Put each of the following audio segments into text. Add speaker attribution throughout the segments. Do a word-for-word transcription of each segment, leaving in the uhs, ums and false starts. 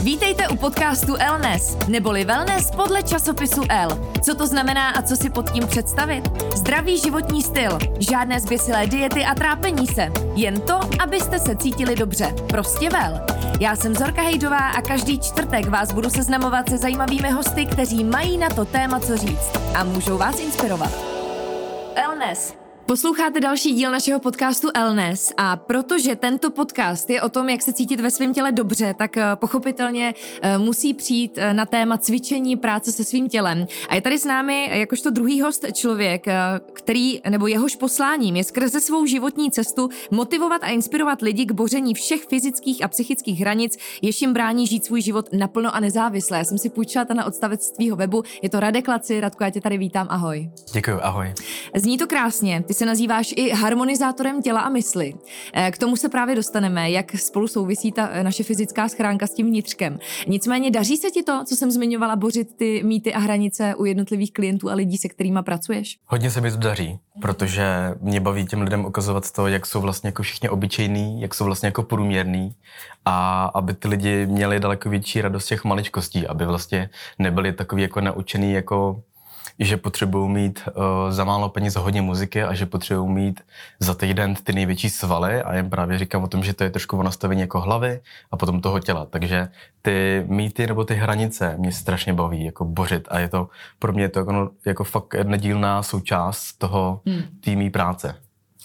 Speaker 1: Vítejte u podcastu Elnes, neboli wellness podle časopisu L. Co to znamená a co si pod tím představit? Zdravý životní styl, žádné zběsilé diety a trápení se. Jen to, abyste se cítili dobře. Prostě vel. Já jsem Zorka Hejdová a každý čtvrtek vás budu seznamovat se zajímavými hosty, kteří mají na to téma co říct a můžou vás inspirovat. Elnes. Posloucháte další díl našeho podcastu Elnes a protože tento podcast je o tom, jak se cítit ve svém těle dobře, tak pochopitelně musí přijít na téma cvičení, práce se svým tělem. A je tady s námi jakožto druhý host člověk, který, nebo jehož posláním je skrze svou životní cestu motivovat a inspirovat lidi k boření všech fyzických a psychických hranic, jež jim brání žít svůj život naplno a nezávisle. Já jsem si půjčila ten odstavec z tvýho webu, je to Radek Laci. Radku, já tě tady vítám, ahoj.
Speaker 2: Děkuju, ahoj.
Speaker 1: Zní to krásně. Ty se nazýváš i harmonizátorem těla a mysli. K tomu se právě dostaneme, jak spolu souvisí ta naše fyzická schránka s tím vnitřkem. Nicméně daří se ti to, co jsem zmiňovala, bořit ty mýty a hranice u jednotlivých klientů a lidí, se kterými pracuješ?
Speaker 2: Hodně se mi to daří, protože mě baví těm lidem ukazovat to, jak jsou vlastně jako všichni obyčejný, jak jsou vlastně jako průměrný a aby ty lidi měli daleko větší radost těch maličkostí, aby vlastně nebyli takový jako naučený jako že potřebují mít uh, za málo peněz hodně muziky a že potřebují mít za týden ty největší svaly a jen právě říkám o tom, že to je trošku o nastavení jako hlavy a potom toho těla. Takže ty mýty nebo ty hranice mě strašně baví jako bořit a je to pro mě to jako, jako fakt nedílná součást toho hmm. týmí práce.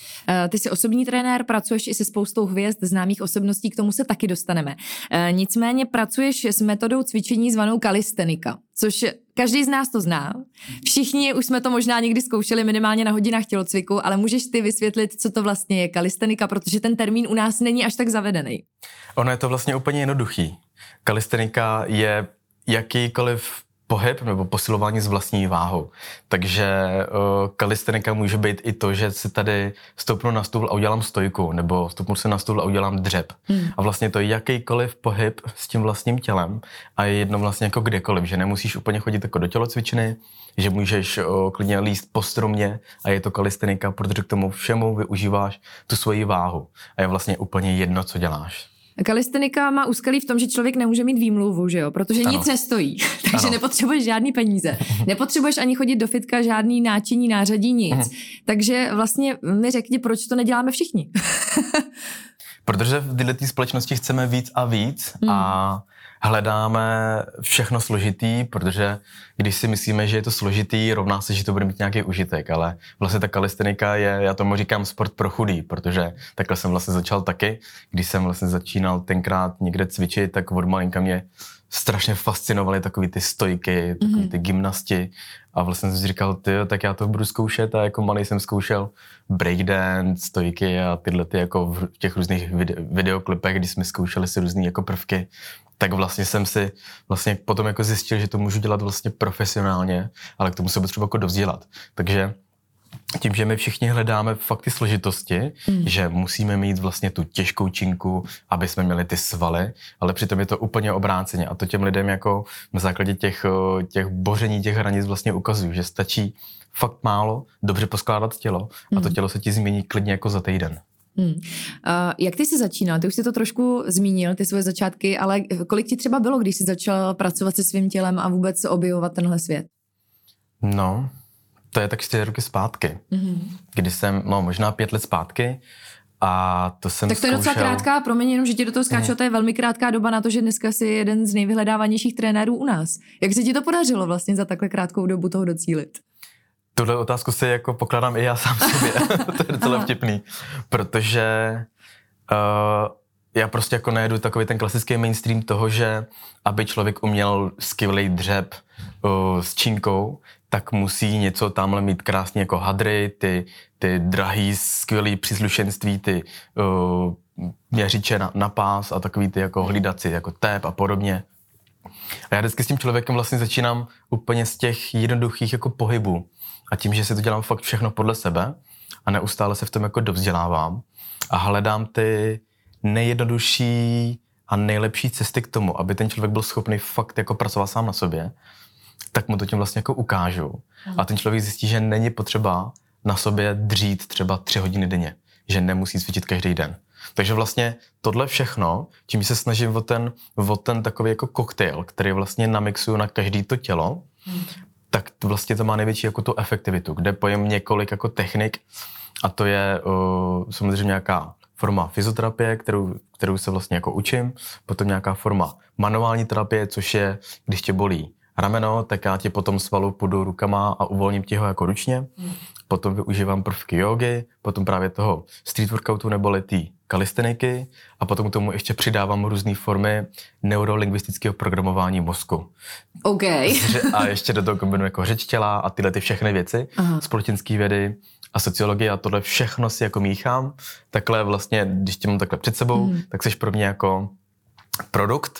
Speaker 1: Ty jsi osobní trenér, pracuješ i se spoustou hvězd, známých osobností, k tomu se taky dostaneme. Nicméně pracuješ s metodou cvičení zvanou kalistenika, což každý z nás to zná. Všichni už jsme to možná někdy zkoušeli minimálně na hodinách tělocviku, ale můžeš ty vysvětlit, co to vlastně je kalistenika, protože ten termín u nás není až tak zavedený.
Speaker 2: Ono je to vlastně úplně jednoduchý. Kalistenika je jakýkoliv pohyb nebo posilování s vlastní váhou. Takže uh, kalistenika může být i to, že si tady stoupnu na stůl a udělám stojku, nebo stoupnu si na stůl a udělám dřep. Hmm. A vlastně to je jakýkoliv pohyb s tím vlastním tělem a je jedno vlastně jako kdekoliv, že nemusíš úplně chodit jako do tělocvičny, že můžeš uh, klidně líst po stromě a je to kalistenika, protože k tomu všemu využíváš tu svoji váhu. A je vlastně úplně jedno, co děláš.
Speaker 1: Kalistenika má úskalí v tom, že člověk nemůže mít výmluvu, že jo? Protože ano. Nic nestojí, takže ano. Nepotřebuješ žádný peníze. Nepotřebuješ ani chodit do fitka, žádný náčiní, nářadí, nic. Mhm. Takže vlastně mi řekni, proč to neděláme všichni.
Speaker 2: Protože v této společnosti chceme víc a víc hmm. a hledáme všechno složitý, protože když si myslíme, že je to složitý, rovná se, že to bude mít nějaký užitek, ale vlastně ta kalistenika je, já tomu říkám sport pro chudý, protože takhle jsem vlastně začal taky, když jsem vlastně začínal tenkrát někde cvičit, tak od malinka mě strašně fascinovaly takový ty stojky, takový mm-hmm. ty gymnasti a vlastně jsem si říkal, tyjo, tak já to budu zkoušet a jako malý jsem zkoušel breakdance, stojky a tyhle ty jako v těch různých vide- videoklipech, kdy jsme zkoušeli si různý jako prvky, tak vlastně jsem si vlastně potom jako zjistil, že to můžu dělat vlastně profesionálně, ale k tomu se potřeba jako dovzdělat. Takže tím, že my všichni hledáme fakt ty složitosti, mm. že musíme mít vlastně tu těžkou činku, aby jsme měli ty svaly, ale přitom je to úplně obráceně a to těm lidem jako na základě těch, těch boření těch hranic vlastně ukazuju, že stačí fakt málo dobře poskládat tělo a to tělo se ti změní klidně jako za týden.
Speaker 1: Hmm. Uh, jak ty jsi začínal? Ty už jsi to trošku zmínil, ty svoje začátky, ale kolik ti třeba bylo, když jsi začal pracovat se svým tělem a vůbec objevovat tenhle svět?
Speaker 2: No, to je tak čtyři roky zpátky, mm-hmm. kdy jsem, no možná pět let zpátky a to jsem
Speaker 1: Tak to je
Speaker 2: zkoušel...
Speaker 1: docela krátká, promiň, jenom, že ti do toho skáču, mm. to je velmi krátká doba na to, že dneska jsi jeden z nejvyhledávanějších trenérů u nás. Jak se ti to podařilo vlastně za takhle krátkou dobu toho docílit?
Speaker 2: Tuhle otázku si jako pokládám i já sám sobě, to je docela vtipný, protože uh, já prostě jako nejedu takový ten klasický mainstream toho, že aby člověk uměl skvělý dřep uh, s činkou, tak musí něco tamhle mít krásně jako hadry, ty, ty drahý skvělý příslušenství, ty uh, měřiče na, na pás a takový ty jako hlídací, jako tép a podobně. A já vždycky s tím člověkem vlastně začínám úplně z těch jednoduchých jako pohybů. A tím, že si to dělám fakt všechno podle sebe a neustále se v tom jako dovzdělávám a hledám ty nejjednodušší a nejlepší cesty k tomu, aby ten člověk byl schopný fakt jako pracovat sám na sobě, tak mu to tím vlastně jako ukážu. A ten člověk zjistí, že není potřeba na sobě dřít třeba tři hodiny denně, že nemusí cvičit každý den. Takže vlastně tohle všechno, tím se snažím o ten, o ten takový jako koktejl, který vlastně namixuju na každý to tělo, hmm. tak vlastně to má největší jako tu efektivitu, kde pojem několik jako technik a to je uh, samozřejmě nějaká forma fyzioterapie, kterou, kterou se vlastně jako učím, potom nějaká forma manuální terapie, což je, když tě bolí rameno, tak já tě potom svalu půjdu rukama a uvolním ti ho jako ručně. Hmm. Potom využívám prvky jógy, potom právě toho street workoutu neboli tý kalisteniky a potom k tomu ještě přidávám různé formy neurolingvistického programování mozku.
Speaker 1: OK.
Speaker 2: A ještě do toho kombinuji jako řeč těla a tyhle ty všechny věci, společenské vědy a sociologie a tohle všechno si jako míchám. Takhle vlastně, když tě mám takhle před sebou, hmm. tak jsi pro mě jako produkt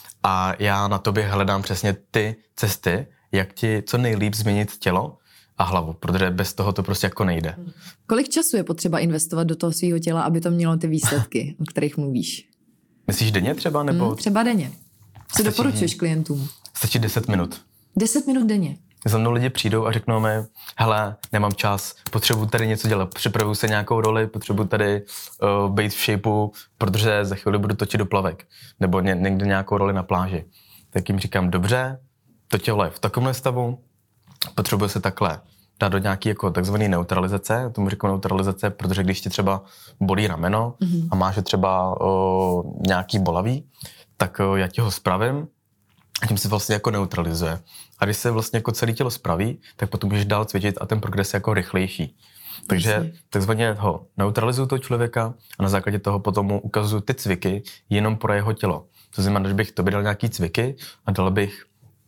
Speaker 2: a já na tobě hledám přesně ty cesty, jak ti co nejlíp změnit tělo a hlavu, protože bez toho to prostě jako nejde.
Speaker 1: Kolik času je potřeba investovat do toho svého těla, aby to mělo ty výsledky, o kterých mluvíš?
Speaker 2: Myslíš denně třeba? Nebo...
Speaker 1: Hmm, třeba denně. Co doporučuješ klientům?
Speaker 2: Stačí deset minut.
Speaker 1: deset minut denně?
Speaker 2: Za mnou lidi přijdou a řeknou mi, hele, nemám čas, potřebuji tady něco dělat, připravuju se nějakou roli, potřebuji tady uh, být v shapeu, protože za chvíli budu točit do plavek, nebo ně, někde nějakou roli na pláži. Tak jim říkám, dobře, to tělo je v takovém stavu, potřebuje se takhle dát do nějaký jako takzvaný neutralizace, tomu říkám neutralizace, protože když ti třeba bolí rameno mm-hmm. a máš třeba o, nějaký bolavý, tak o, já ti ho spravím a tím se vlastně jako neutralizuje. A když se vlastně jako celé tělo spraví, tak potom můžeš dál cvičit a ten progres je jako rychlejší. Takže Jasně. takzvaně ho neutralizuju toho člověka a na základě toho potom mu ukazuju ty cviky jenom pro jeho tělo. To znamená, že bych tobě dal nějaký cviky a dal bych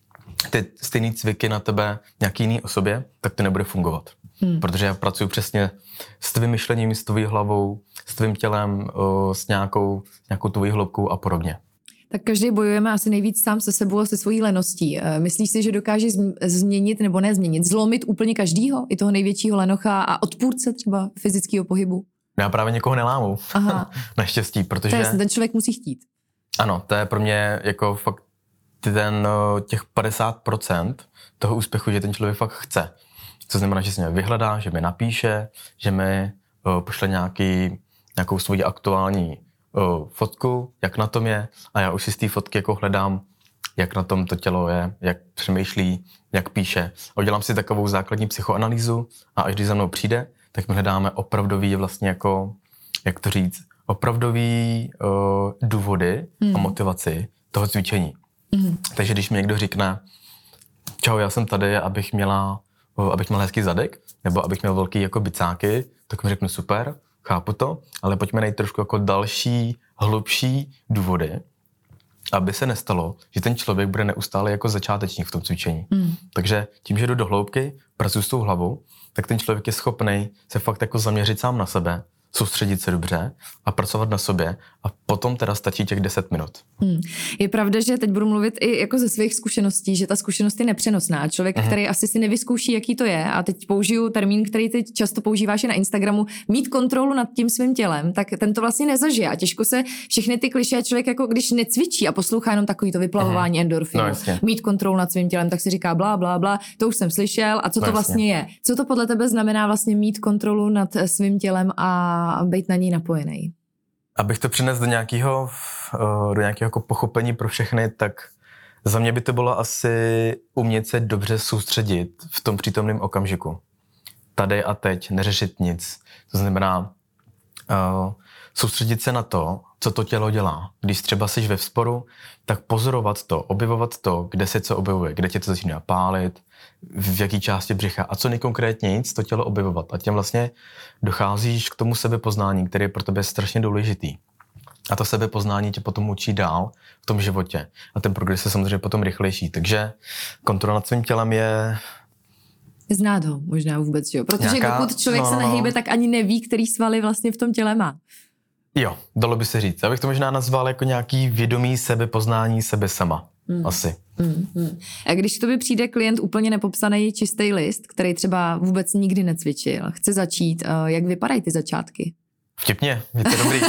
Speaker 2: ty stejný cviky na tebe nějaký jiný osobě, tak to nebude fungovat. Hmm. Protože já pracuji přesně s tvým myšlením, s tvým hlavou, s tvým tělem, s nějakou, nějakou tvojí hloubkou a podobně.
Speaker 1: Tak každý bojujeme asi nejvíc sám se sebou a se svojí leností. Myslíš si, že dokáže změnit nebo ne změnit, zlomit úplně každýho, i toho největšího lenocha a odpůrce třeba fyzického pohybu?
Speaker 2: Já právě někoho nelámu. Aha. Naštěstí, protože...
Speaker 1: To je, ten člověk musí chtít.
Speaker 2: Ano, to je pro mě jako fakt ten, těch padesát procent toho úspěchu, že ten člověk fakt chce. To znamená, že se mě vyhledá, že mi napíše, že mi uh, pošle nějaký, nějakou svoji aktuální uh, fotku, jak na tom je a já už si z té fotky jako hledám, jak na tom to tělo je, jak přemýšlí, jak píše. A udělám si takovou základní psychoanalýzu a až když za mnou přijde, tak my hledáme opravdový vlastně jako, jak to říct, opravdový uh, důvody hmm. a motivaci toho cvičení. Mm-hmm. Takže když mi někdo řekne, čau, já jsem tady, abych měla, abych měla hezký zadek, nebo abych měl velký jako bicáky, tak mi řeknu super, chápu to, ale pojďme najít trošku jako další, hlubší důvody, aby se nestalo, že ten člověk bude neustále jako začátečník v tom cvičení. Mm. Takže tím, že jdu do hloubky, pracuji s tou hlavou, tak ten člověk je schopný se fakt jako zaměřit sám na sebe, soustředit se dobře a pracovat na sobě a potom teda stačí těch deset minut.
Speaker 1: Hmm. Je pravda, že teď budu mluvit i jako ze svých zkušeností, že ta zkušenost je nepřenosná. Člověk, uh-huh. který asi si nevyzkouší, jaký to je, a teď použiju termín, který teď často používáš i na Instagramu, mít kontrolu nad tím svým tělem, tak ten to vlastně nezažije a těžko se všechny ty klišé člověk jako když necvičí a poslouchá jenom takový to vyplavování uh-huh. endorfinu, no, mít kontrolu nad svým tělem, tak si říká blá, blá, blá, to už jsem slyšel a co no, to vlastně je. Co to podle tebe znamená vlastně mít kontrolu nad svým tělem a a být na něj napojený?
Speaker 2: Abych to přinesl do nějakého, do nějakého jako pochopení pro všechny, tak za mě by to bylo asi umět se dobře soustředit v tom přítomném okamžiku. Tady a teď, neřešit nic. To znamená uh, soustředit se na to, co to tělo dělá. Když třeba jsi ve vzporu, tak pozorovat to, objevovat to, kde se co objevuje, kde tě to začíná pálit, v jaký části břicha a co nejkonkrétněji to tělo objevovat. A tím vlastně docházíš k tomu sebepoznání, který je pro tebe strašně důležitý. A to sebepoznání tě potom učí dál v tom životě. A ten progres je samozřejmě potom rychlejší. Takže kontrola nad svým tělem je...
Speaker 1: Znát ho možná vůbec, že jo? Protože
Speaker 2: Nějaká,
Speaker 1: dokud člověk
Speaker 2: no,
Speaker 1: se nehýbe, tak ani neví, který svaly vlastně v tom těle má.
Speaker 2: Jo, dalo by se říct. Já bych to možná nazval jako nějaký vědomý sebepoznání sebe sama. Mm. Asi.
Speaker 1: Mm, mm. A když k tobě přijde klient úplně nepopsaný čistý list, který třeba vůbec nikdy necvičil, chce začít, jak vypadají ty začátky?
Speaker 2: Vtipně, je to dobrý.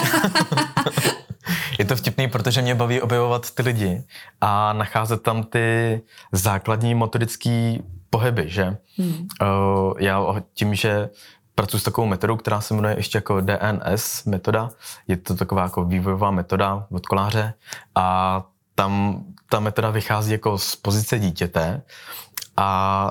Speaker 2: Je to vtipný, protože mě baví objevovat ty lidi a nacházet tam ty základní motorické pohyby, že? Hmm. Uh, já tím, že pracuji s takovou metodou, která se jmenuje ještě jako D N S metoda. Je to taková jako vývojová metoda od koláře a tam ta metoda vychází jako z pozice dítěte a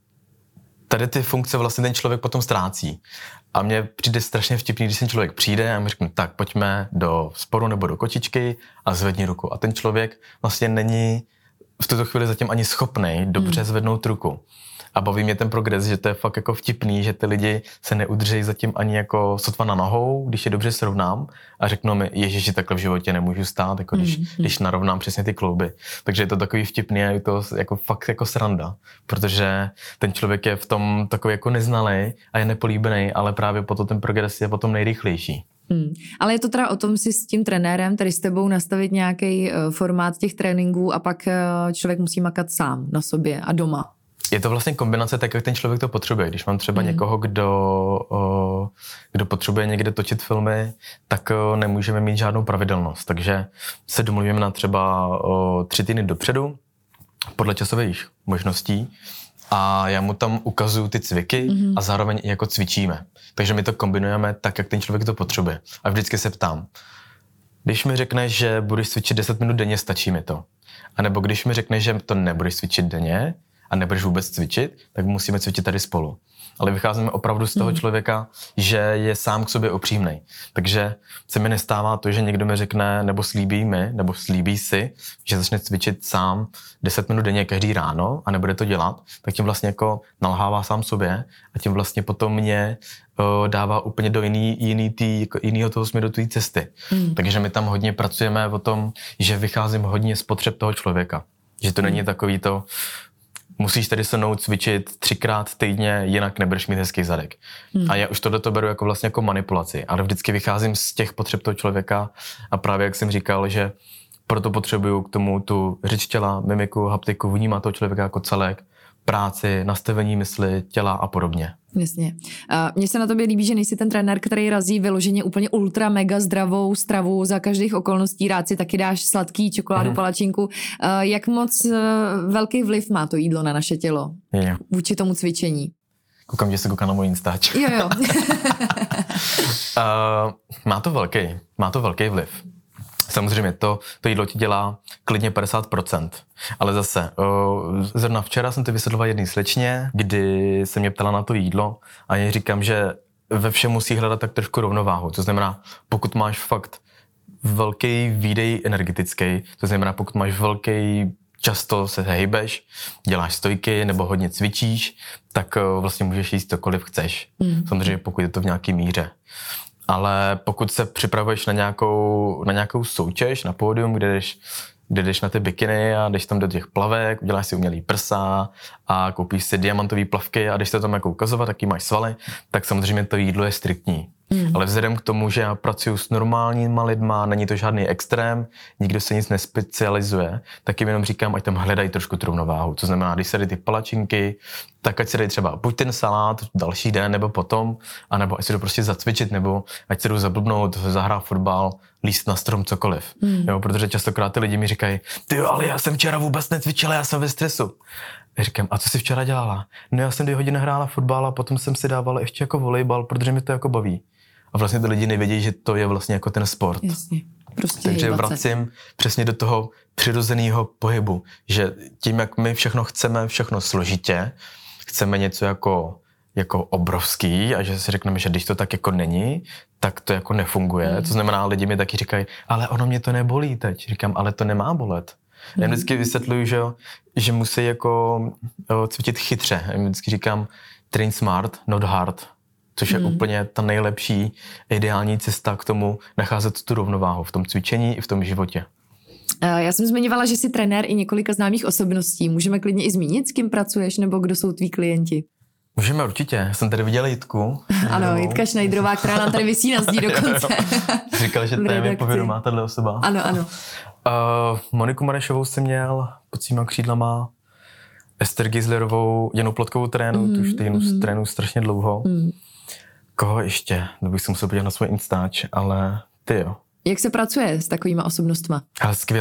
Speaker 2: tady ty funkce vlastně ten člověk potom ztrácí. A mně přijde strašně vtipný, když ten člověk přijde a mi řekne, tak pojďme do sporu nebo do kočičky a zvedni ruku. A ten člověk vlastně není v tuto chvíli zatím ani schopnej dobře zvednout ruku. A baví mě ten progres, že to je fakt jako vtipný, že ty lidi se neudržejí zatím ani jako sotva na nohou, když je dobře srovnám a řeknou mi, ježiši, takhle v životě nemůžu stát, jako když, mm, když narovnám přesně ty klouby. Takže je to takový vtipný a je to jako fakt jako sranda, protože ten člověk je v tom takový jako neznalý a je nepolíbený, ale právě potom ten progres je potom nejrychlejší.
Speaker 1: Hmm. Ale je to teda o tom si s tím trenérem, tady s tebou nastavit nějaký uh, formát těch tréninků a pak uh, člověk musí makat sám na sobě a doma.
Speaker 2: Je to vlastně kombinace tak, jak ten člověk to potřebuje. Když mám třeba mm. někoho, kdo, o, kdo potřebuje někde točit filmy, tak o, nemůžeme mít žádnou pravidelnost. Takže se domluvíme na třeba o, tři týdny dopředu, podle časových možností. A já mu tam ukazuju ty cviky mm. a zároveň i jako cvičíme. Takže my to kombinujeme tak, jak ten člověk to potřebuje. A vždycky se ptám, když mi řekneš, že budeš cvičit deset minut denně, stačí mi to. A nebo když mi řekneš, že to nebudeš cvičit denně, a nebudeš vůbec cvičit, tak musíme cvičit tady spolu. Ale vycházíme opravdu z toho člověka, že je sám k sobě upřímnej. Takže se mi nestává to, že někdo mi řekne, nebo slíbí mi, nebo slíbí si, že začne cvičit sám deset minut denně každý ráno a nebude to dělat, tak tím vlastně jako nalhává sám sobě a tím vlastně potom mě o, dává úplně do jiný, jiný tý, jako jinýho toho směru té cesty. Hmm. Takže my tam hodně pracujeme o tom, že vycházím hodně z potřeb toho člověka. Že to hmm. není takový to, musíš tady se mnou cvičit třikrát týdně, jinak nebudeš mít hezký zadek. Hmm. A já už tohle to beru jako vlastně jako manipulaci, ale vždycky vycházím z těch potřeb toho člověka a právě jak jsem říkal, že proto potřebuju k tomu tu řeč těla, mimiku, haptiku, vnímat toho člověka jako celek, práci, nastavení mysli, těla a podobně.
Speaker 1: Jasně. Mně se na tobě líbí, že nejsi ten trenér, který razí vyloženě úplně ultra mega zdravou stravu za každých okolností. Rád si taky dáš sladký čokoládu, mm. palačinku. Jak moc velký vliv má to jídlo na naše tělo
Speaker 2: je.
Speaker 1: Vůči tomu cvičení?
Speaker 2: Koukám, že se koukám na můj Instač.
Speaker 1: Jo, jo.
Speaker 2: uh, má to velký, má to velký vliv. Samozřejmě to, to jídlo ti dělá klidně padesát procent. Ale zase, uh, zrovna včera jsem to vysvětloval jedný slečně, kdy se mě ptala na to jídlo a já říkám, že ve všem musí hledat tak trošku rovnováhu. To znamená, pokud máš fakt velký výdej energetický, to znamená, pokud máš velký, často se hejbeš, děláš stojky nebo hodně cvičíš, tak uh, vlastně můžeš jíst cokoliv chceš. Mm. Samozřejmě, pokud je to v nějaký míře. Ale pokud se připravuješ na nějakou, na nějakou soutěž, na pódium, kde jdeš, kde jdeš na ty bikiny a jdeš tam do těch plavek, uděláš si umělý prsa a koupíš si diamantový plavky a jdeš se tam jako ukazovat, jaký máš svaly, tak samozřejmě to jídlo je striktní. Mm. Ale vzhledem k tomu, že já pracuji s normálníma lidma, není to žádný extrém, nikdo se nic nespecializuje, tak jim jenom říkám, ať tam hledají trošku tu rovnováhu. To znamená, když se dají ty palačinky, tak ať se dají třeba buď ten salát další den nebo potom, anebo ať se jdou prostě zacvičit, nebo ať se jdou zablbnout, zahrát fotbal, líst na strom, cokoliv. Mm. Jo, protože častokrát ty lidi mi říkají, ty jo, ale já jsem včera vůbec necvičila, já jsem ve stresu. Já říkám, a co jsi včera dělala? No já jsem dvě hodiny hrála fotbal a potom jsem si dávala ještě jako volejbal, protože mi to jako baví. A vlastně ty lidi nevědí, že to je vlastně jako ten sport.
Speaker 1: Jasně, prostě
Speaker 2: takže vracím přesně do toho přirozeného pohybu, že tím, jak my všechno chceme, všechno složitě, chceme něco jako, jako obrovský a že si řekneme, že když to tak jako není, tak to jako nefunguje. Mm. To znamená, lidi mi taky říkají, ale ono mě to nebolí teď. Říkám, ale to nemá bolet. Já mm. vždycky vysvětluju, že, že musí jako cvičit chytře. Já vždycky říkám, train smart, not hard. Což je hmm. úplně ta nejlepší, ideální cesta k tomu nacházet tu rovnováhu v tom cvičení i v tom životě.
Speaker 1: Já jsem zmiňovala, že jsi trenér i několika známých osobností. Můžeme klidně i zmínit, s kým pracuješ, nebo kdo jsou tví klienti?
Speaker 2: Můžeme určitě. Já jsem tady viděla Jitku.
Speaker 1: Ano, Jitka Šnajdrová, která nám tady visí na zdí dokonce.
Speaker 2: Říkal, že to je mi povědomá tato osoba.
Speaker 1: Ano, ano.
Speaker 2: Uh, Moniku Marešovou jsem měl pod svýma křídlama. Ester Gizlerovou, Janu Plotkovou trénu, mm, tu už ty mm. trénu strašně dlouho. Mm. Koho ještě? To bych si musel podívat na svůj Instač, ale ty jo.
Speaker 1: Jak se pracuje s takovýma osobnostma?
Speaker 2: Ale skvěle.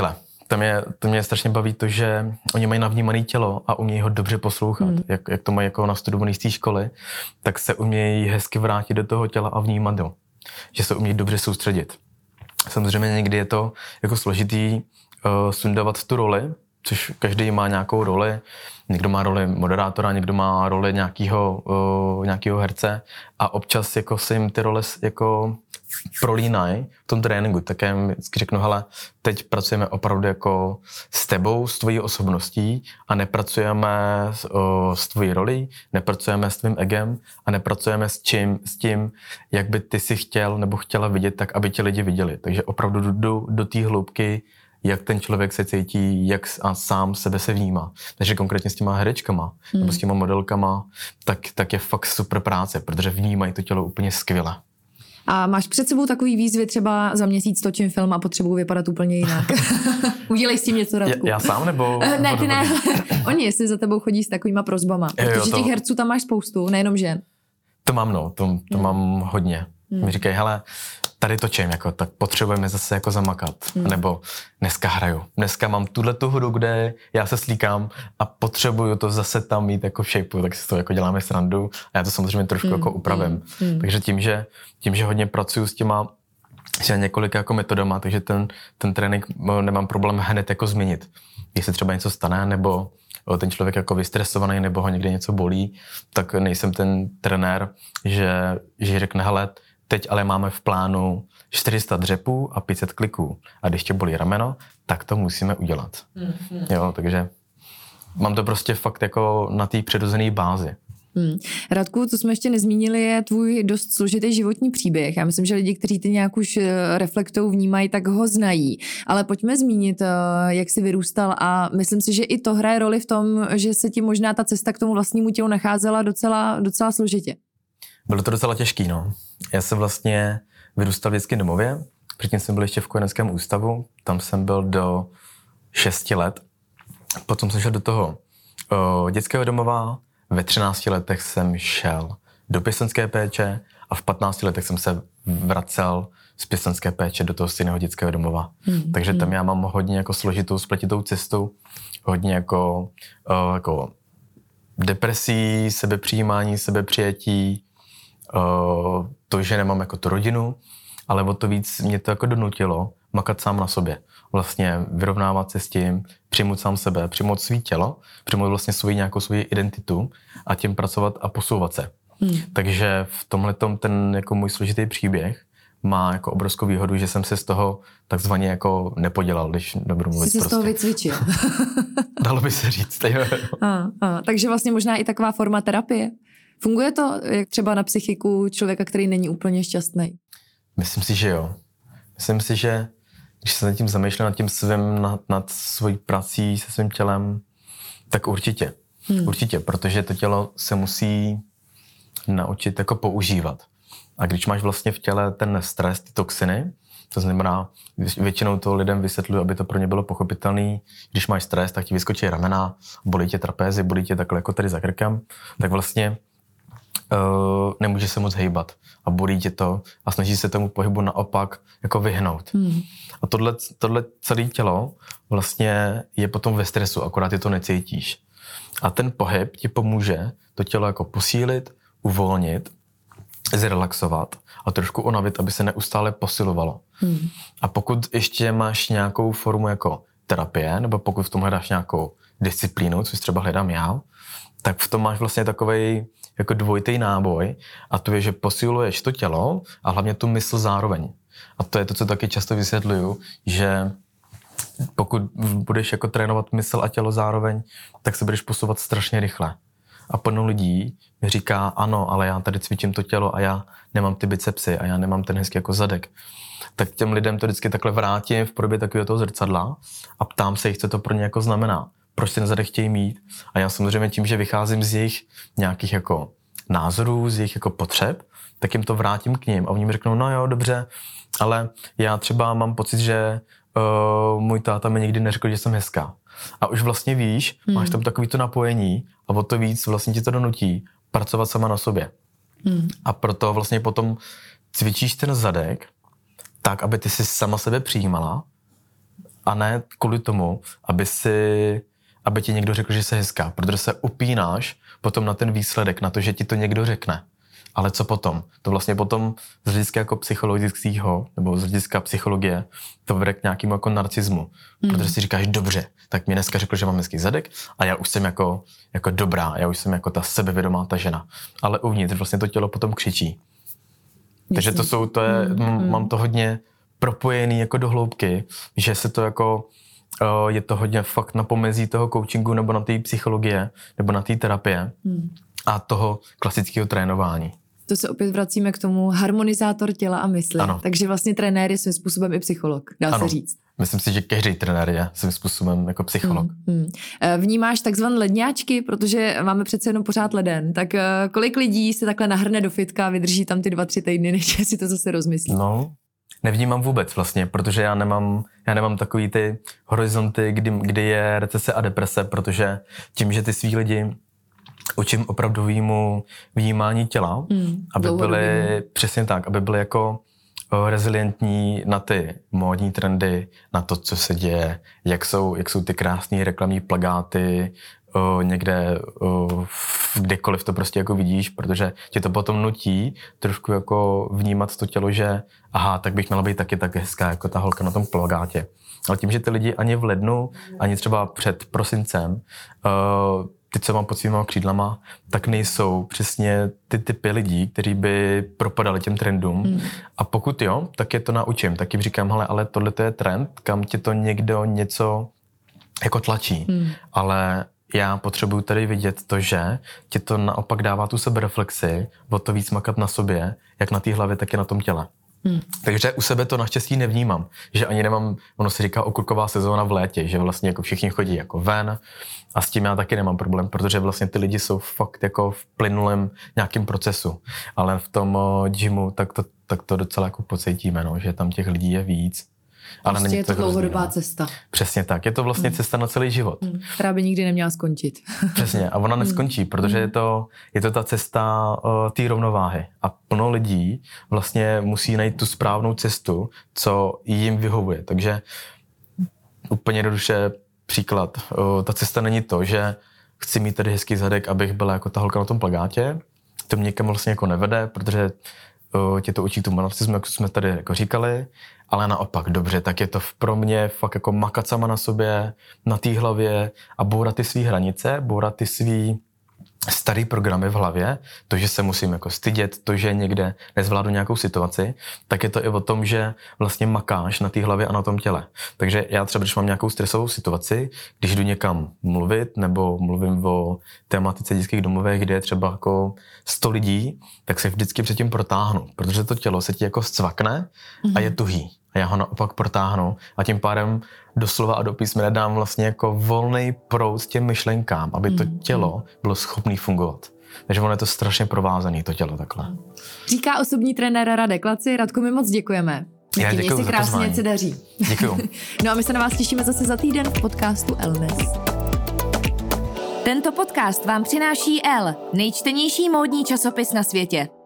Speaker 2: Tam je, to mě strašně baví to, že oni mají navnímané tělo a umějí ho dobře poslouchat. Hmm. Jak, jak to mají jako nastudovaný z té školy, tak se umějí hezky vrátit do toho těla a vnímat ho. Že se umějí dobře soustředit. Samozřejmě někdy je to jako složitý uh, sundavat tu roli, což každý má nějakou roli. Někdo má roli moderátora, někdo má roli nějakého, uh, nějakého herce a občas jako se jim ty role jako prolínají v tom tréninku. Tak já jim vždycky řeknu, hele, teď pracujeme opravdu jako s tebou, s tvojí osobností a nepracujeme s, uh, s tvojí rolí, nepracujeme s tvým egem a nepracujeme s čím, s tím, jak by ty si chtěl nebo chtěla vidět, tak aby tě lidi viděli. Takže opravdu jdu do, do té hloubky, jak ten člověk se cítí, jak a sám sebe se vnímá. Takže konkrétně s těma herečkama hmm. nebo s těma modelkama, tak, tak je fakt super práce, protože vnímají to tělo úplně skvěle.
Speaker 1: A máš před sebou takový výzvy, třeba za měsíc točím film a potřebuji vypadat úplně jinak. Udělej s tím něco, Radku.
Speaker 2: Já, já sám nebo?
Speaker 1: Ne, ty ne. Oni, jestli za tebou chodí s takovýma prosbama. Protože jo, to... těch herců tam máš spoustu, nejenom žen.
Speaker 2: To mám, no. To, to hmm. mám hodně. Hmm. Mi říkají, hele, tady točím, jako, tak potřebujeme zase jako zamakat. Hmm. Nebo dneska hraju. Dneska mám tuhletu hru, kde já se slíkám a potřebuju to zase tam mít jako v shapeu, tak si to jako děláme srandu a já to samozřejmě trošku hmm. jako upravím. Hmm. Takže tím že, tím, že hodně pracuju s těma s několika jako metodama, takže ten, ten trénink nemám problém hned jako změnit. Jestli třeba něco stane, nebo ten člověk jako vystresovaný, nebo ho někde něco bolí, tak nejsem ten trenér, že, že řekne, hele, teď ale máme v plánu čtyři sta dřepů a pět set kliků. A když tě bolí rameno, tak to musíme udělat. Mm-hmm. Jo, takže mám to prostě fakt jako na té přirozené bázi.
Speaker 1: Hmm. Radku, co jsme ještě nezmínili, je tvůj dost složitý životní příběh. Já myslím, že lidi, kteří ty nějak už reflektou vnímají, tak ho znají. Ale pojďme zmínit, jak jsi vyrůstal a myslím si, že i to hraje roli v tom, že se ti možná ta cesta k tomu vlastnímu tělu nacházela docela, docela složitě.
Speaker 2: Bylo to docela těžký, no. Já jsem vlastně vyrůstal v dětském domově, předtím jsem byl ještě v kojeneckém ústavu, tam jsem byl do šesti let. Potom jsem šel do toho o, dětského domova, ve třinácti letech jsem šel do pěstounské péče a v patnácti letech jsem se vracel z pěstounské péče do toho stejného dětského domova. Hmm. Takže tam já mám hodně jako složitou, spletitou cestu, hodně jako, o, jako depresí, sebepřijímání, sebepřijetí, o, to, že nemám jako tu rodinu, ale o to víc mě to jako donutilo makat sám na sobě. Vlastně vyrovnávat se s tím, přijmout sám sebe, přijmout svý tělo, přijmout vlastně svoji nějakou svoji identitu a tím pracovat a posouvat se. Hmm. Takže v tomhletom ten jako můj složitý příběh má jako obrovskou výhodu, že jsem se z toho takzvaně jako nepodělal, když nebudu mluvit
Speaker 1: Jsi
Speaker 2: prostě.
Speaker 1: Jsi z toho vycvičil.
Speaker 2: Dalo by se říct.
Speaker 1: a, a, takže vlastně možná i taková forma terapie. Funguje to jak třeba na psychiku člověka, který není úplně šťastný?
Speaker 2: Myslím si, že jo. Myslím si, že když se nad tím zamýšlím, nad tím svým, nad, nad svojí prací, se svým tělem, tak určitě. Hmm. Určitě, protože to tělo se musí naučit jako používat. A když máš vlastně v těle ten stres, ty toxiny, to znamená, většinou to lidem vysvětluji, aby to pro ně bylo pochopitelné. Když máš stres, tak ti vyskočí ramena, bolí tě trapézy, bolí tě takhle jako tady za krkem, tak vlastně uh, nemůže se moc hejbat a bolí tě to a snaží se tomu pohybu naopak jako vyhnout. Hmm. A tohle, tohle celé tělo vlastně je potom ve stresu, akorát ty to necítíš. A ten pohyb ti pomůže to tělo jako posílit, uvolnit, zrelaxovat a trošku unavit, aby se neustále posilovalo. Hmm. A pokud ještě máš nějakou formu jako terapie, nebo pokud v tom hledáš nějakou disciplínu, což třeba hledám já, tak v tom máš vlastně takovej jako dvojitý náboj a to je, že posiluješ to tělo a hlavně tu mysl zároveň. A to je to, co taky často vysvětluju, že pokud budeš jako trénovat mysl a tělo zároveň, tak se budeš posouvat strašně rychle. A plno lidí mi říká, ano, ale já tady cvičím to tělo a já nemám ty bicepsy a já nemám ten hezký jako zadek. Tak těm lidem to vždycky takhle vrátím v podobě takového toho zrcadla a ptám se jich, co to pro ně jako znamená. Proč ten zadek chtějí mít. A já samozřejmě tím, že vycházím z jejich nějakých jako názorů, z jejich jako potřeb, tak jim to vrátím k ním a oni mi řeknou, no jo, dobře, ale já třeba mám pocit, že uh, můj táta mi nikdy neřekl, že jsem hezká. A už vlastně víš, hmm. máš tam takový to napojení a o to víc vlastně ti to donutí pracovat sama na sobě. Hmm. A proto vlastně potom cvičíš ten zadek tak, aby ty si sama sebe přijímala a ne kvůli tomu, aby si, aby ti někdo řekl, že jsi hezká, protože se upínáš potom na ten výsledek, na to, že ti to někdo řekne. Ale co potom? To vlastně potom z hlediska jako psychologického, nebo z hlediska psychologie, to vede k nějakému jako narcismu. Mm. Protože si říkáš, dobře, tak mi dneska řekl, že mám hezký zadek a já už jsem jako, jako dobrá, já už jsem jako ta sebevědomá ta žena. Ale uvnitř vlastně to tělo potom křičí. Jasně. Takže to jsou, to je, mm. mám to hodně propojený jako do hloubky, že se to jako, je to hodně fakt na pomezí toho coachingu nebo na té psychologie, nebo na té terapie mm. a toho klasického trénování.
Speaker 1: To se opět vracíme k tomu harmonizátor těla a mysli. Ano. Takže vlastně trenér je svým způsobem i psycholog, dá ano. se říct.
Speaker 2: Myslím si, že každý trenér je svým způsobem jako psycholog. Hmm, hmm.
Speaker 1: Vnímáš takzvané ledňáčky, protože máme přece jenom pořád leden, tak kolik lidí se takhle nahrne do fitka a vydrží tam ty dva, tři týdny, než si to zase rozmyslí?
Speaker 2: No, nevnímám vůbec vlastně, protože já nemám, já nemám takový ty horizonty, kdy, kdy je recese a deprese, protože tím, že ty svý lidi učím opravdovýmu vnímání těla, hmm, aby byly, přesně tak, aby byly jako rezilientní na ty módní trendy, na to, co se děje, jak jsou, jak jsou ty krásné reklamní plakáty, o, někde, o, kdekoliv to prostě jako vidíš, protože tě to potom nutí trošku jako vnímat to tělo, že aha, tak bych měla být taky tak hezká, jako ta holka na tom plakátě. Ale tím, že ty lidi ani v lednu, ani třeba před prosincem, o, ty, co mám pod svýma křídlama, tak nejsou přesně ty typy lidí, kteří by propadali těm trendům. Mm. A pokud jo, tak je to naučím. Tak jim říkám, hele, ale tohle je trend, kam tě to někdo něco jako tlačí. Mm. Ale já potřebuju tady vidět to, že tě to naopak dává tu sebereflexi, o to víc makat na sobě, jak na té hlavě, tak i na tom těle. Hmm. Takže u sebe to naštěstí nevnímám, že ani nemám, ono se říká okurková sezóna v létě, že vlastně jako všichni chodí jako ven a s tím já taky nemám problém, protože vlastně ty lidi jsou fakt jako v plynulém nějakém procesu, ale v tom gymu tak to, tak to docela jako pocítíme, no, že tam těch lidí je víc. Ale
Speaker 1: vlastně je to dlouhodobá cesta.
Speaker 2: Přesně tak, je to vlastně hmm. cesta na celý život.
Speaker 1: Hmm. Která by nikdy neměla skončit.
Speaker 2: Přesně, a ona neskončí, protože je to, je to ta cesta uh, té rovnováhy. A plno lidí vlastně musí najít tu správnou cestu, co jim vyhovuje. Takže úplně jednoduše příklad. Uh, ta cesta není to, že chci mít tady hezký zadek, abych byla jako ta holka na tom plakátě. To mě někam vlastně jako nevede, protože uh, tě to učí tomu narcismu, jak jsme tady jako říkali. Ale naopak, dobře, tak je to pro mě fakt jako makat sama na sobě, na té hlavě a bourat ty svý hranice, bourat ty svý starý programy v hlavě, to, že se musím jako stydět, to, že někde nezvládnu nějakou situaci, tak je to i o tom, že vlastně makáš na té hlavě a na tom těle. Takže já třeba, když mám nějakou stresovou situaci, když jdu někam mluvit, nebo mluvím o tematice dětských domovech, kde je třeba jako sto lidí, tak se vždycky předtím protáhnu, protože to tělo se ti jako zcvakne a je tuhý. A já ho naopak protáhnu a tím pádem doslova a do písmene dám vlastně jako volný proud těm myšlenkám, aby to tělo bylo schopné fungovat. Takže ono je to strašně provázané, to tělo takhle.
Speaker 1: Říká osobní trenér Radek Laci. Radku, my moc děkujeme.
Speaker 2: Já děkuju
Speaker 1: se krásně, ať se daří.
Speaker 2: Děkuju.
Speaker 1: No a my se na vás těšíme zase za týden v podcastu Elnes. Tento podcast vám přináší Elle, nejčtenější módní časopis na světě.